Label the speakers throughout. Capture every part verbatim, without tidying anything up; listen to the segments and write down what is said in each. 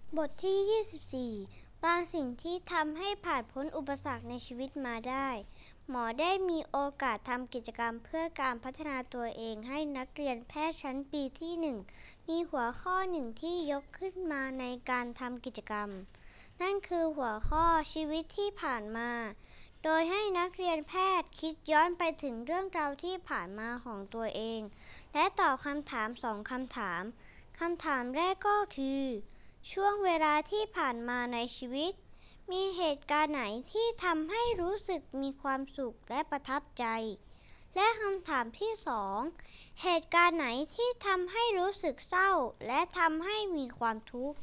Speaker 1: บทที่ยี่สิบสี่บางสิ่งที่ทำให้ผ่านพ้นอุปสรรคในชีวิตมาได้หมอได้มีโอกาสทำกิจกรรมเพื่อการพัฒนาตัวเองให้นักเรียนแพทย์ชั้นปีที่หนึ่งมีหัวข้อหนึ่งที่ยกขึ้นมาในการทำกิจกรรมนั่นคือหัวข้อชีวิตที่ผ่านมาโดยให้นักเรียนแพทย์คิดย้อนไปถึงเรื่องราวที่ผ่านมาของตัวเองและตอบคำถามสองคำถามคำถามแรกก็คือช่วงเวลาที่ผ่านมาในชีวิตมีเหตุการณ์ไหนที่ทำให้รู้สึกมีความสุขและประทับใจและคำถามที่สองเหตุการณ์ไหนที่ทำให้รู้สึกเศร้าและทำให้มีความทุกข์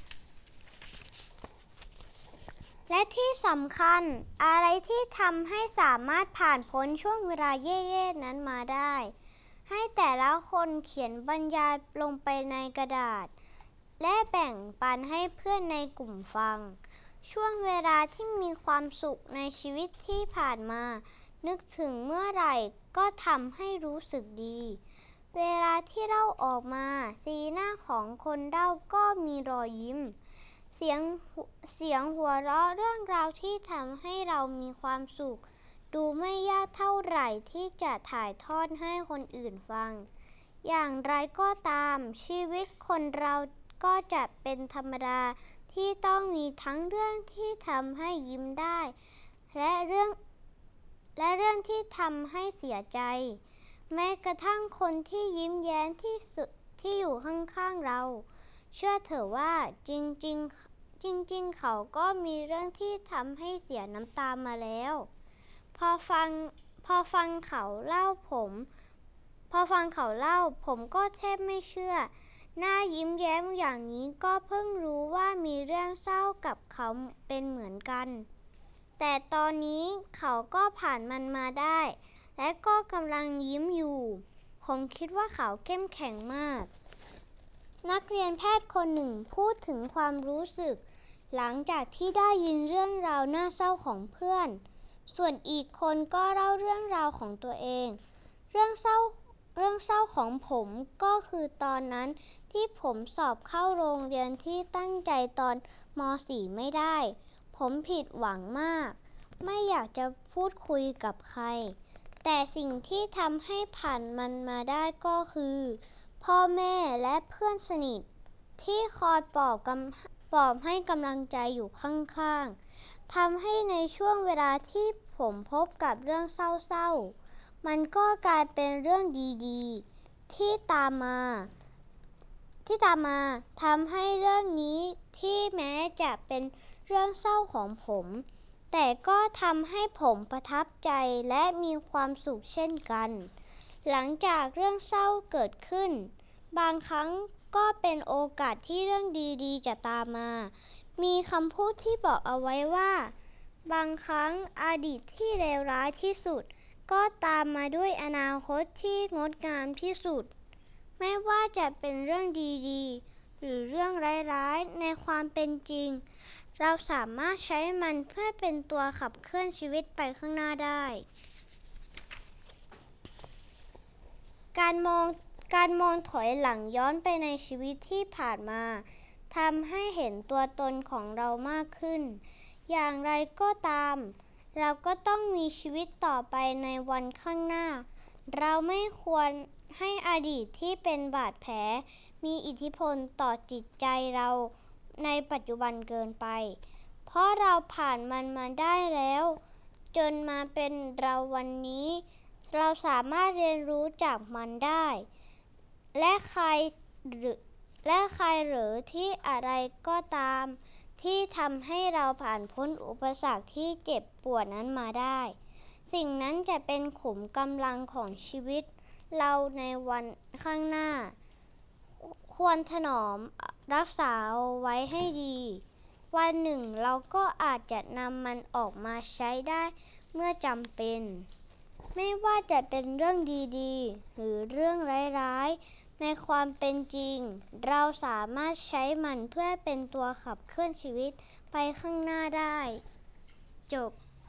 Speaker 1: และที่สำคัญอะไรที่ทำให้สามารถผ่านพ้นช่วงเวลาแย่ๆนั้นมาได้ให้แต่ละคนเขียนบรรยายลงไปในกระดาษและแบ่งปันให้เพื่อนในกลุ่มฟังช่วงเวลาที่มีความสุขในชีวิตที่ผ่านมานึกถึงเมื่อไหร่ก็ทำให้รู้สึกดีเวลาที่เล่าออกมาสีหน้าของคนเล่าก็มีรอยยิ้มเสียงเสียงหัวเราะเรื่องราวที่ทำให้เรามีความสุขดูไม่ยากเท่าไหร่ที่จะถ่ายทอดให้คนอื่นฟังอย่างไรก็ตามชีวิตคนเราก็จะเป็นธรรมดาที่ต้องมีทั้งเรื่องที่ทำให้ยิ้มได้และเรื่องและเรื่องที่ทำให้เสียใจแม้กระทั่งคนที่ยิ้มแย้มที่สุดที่อยู่ข้างๆเราเชื่อเถอะว่าจริงๆจริงๆเขาก็มีเรื่องที่ทำให้เสียน้ำตามาแล้วพอฟังพอฟังเขาเล่าผมพอฟังเขาเล่าผมก็แทบไม่เชื่อหน้ายิ้มแย้มอย่างนี้ก็เพิ่งรู้ว่ามีเรื่องเศร้ากับเขาเป็นเหมือนกันแต่ตอนนี้เขาก็ผ่านมันมาได้และก็กำลังยิ้มอยู่ผมคิดว่าเขาเข้มแข็งมากนักเรียนแพทย์คนหนึ่งพูดถึงความรู้สึกหลังจากที่ได้ยินเรื่องราวน่าเศร้าของเพื่อนส่วนอีกคนก็เล่าเรื่องราวของตัวเองเรื่องเศร้าเรื่องเศร้าของผมก็คือตอนนั้นที่ผมสอบเข้าโรงเรียนที่ตั้งใจตอนม สี่ ไม่ได้ผมผิดหวังมากไม่อยากจะพูดคุยกับใครแต่สิ่งที่ทำให้ผ่านมันมาได้ก็คือพ่อแม่และเพื่อนสนิทที่คอยปลอบกำปลอบให้กำลังใจอยู่ข้างๆทำให้ในช่วงเวลาที่ผมพบกับเรื่องเศร้าๆมันก็กลายเป็นเรื่องดีๆที่ตามมาที่ตามมาทำให้เรื่องนี้ที่แม้จะเป็นเรื่องเศร้าของผมแต่ก็ทำให้ผมประทับใจและมีความสุขเช่นกันหลังจากเรื่องเศร้าเกิดขึ้นบางครั้งก็เป็นโอกาสที่เรื่องดีๆจะตามมามีคำพูดที่บอกเอาไว้ว่าบางครั้งอดีตที่เลวร้ายที่สุดก็ตามมาด้วยอนาคตที่งดงามที่สุดไม่ว่าจะเป็นเรื่องดีๆหรือเรื่องร้ายๆในความเป็นจริงเราสามารถใช้มันเพื่อเป็นตัวขับเคลื่อนชีวิตไปข้างหน้าได้การมองการมองถอยหลังย้อนไปในชีวิตที่ผ่านมาทำให้เห็นตัวตนของเรามากขึ้นอย่างไรก็ตามเราก็ต้องมีชีวิตต่อไปในวันข้างหน้าเราไม่ควรให้อดีตที่เป็นบาดแผลมีอิทธิพลต่อจิตใจเราในปัจจุบันเกินไปเพราะเราผ่านมันมาได้แล้วจนมาเป็นเราวันนี้เราสามารถเรียนรู้จากมันได้และใครหรือและใครหรือที่อะไรก็ตามที่ทำให้เราผ่านพ้นอุปสรรคที่เจ็บปวดนั้นมาได้สิ่งนั้นจะเป็นขุมกำลังของชีวิตเราในวันข้างหน้าควรถนอมรักษาไว้ให้ดีวันหนึ่งเราก็อาจจะนำมันออกมาใช้ได้เมื่อจำเป็นไม่ว่าจะเป็นเรื่องดีๆหรือเรื่องร้ายๆในความเป็นจริงเราสามารถใช้มันเพื่อเป็นตัวขับเคลื่อนชีวิตไปข้างหน้าได้จบ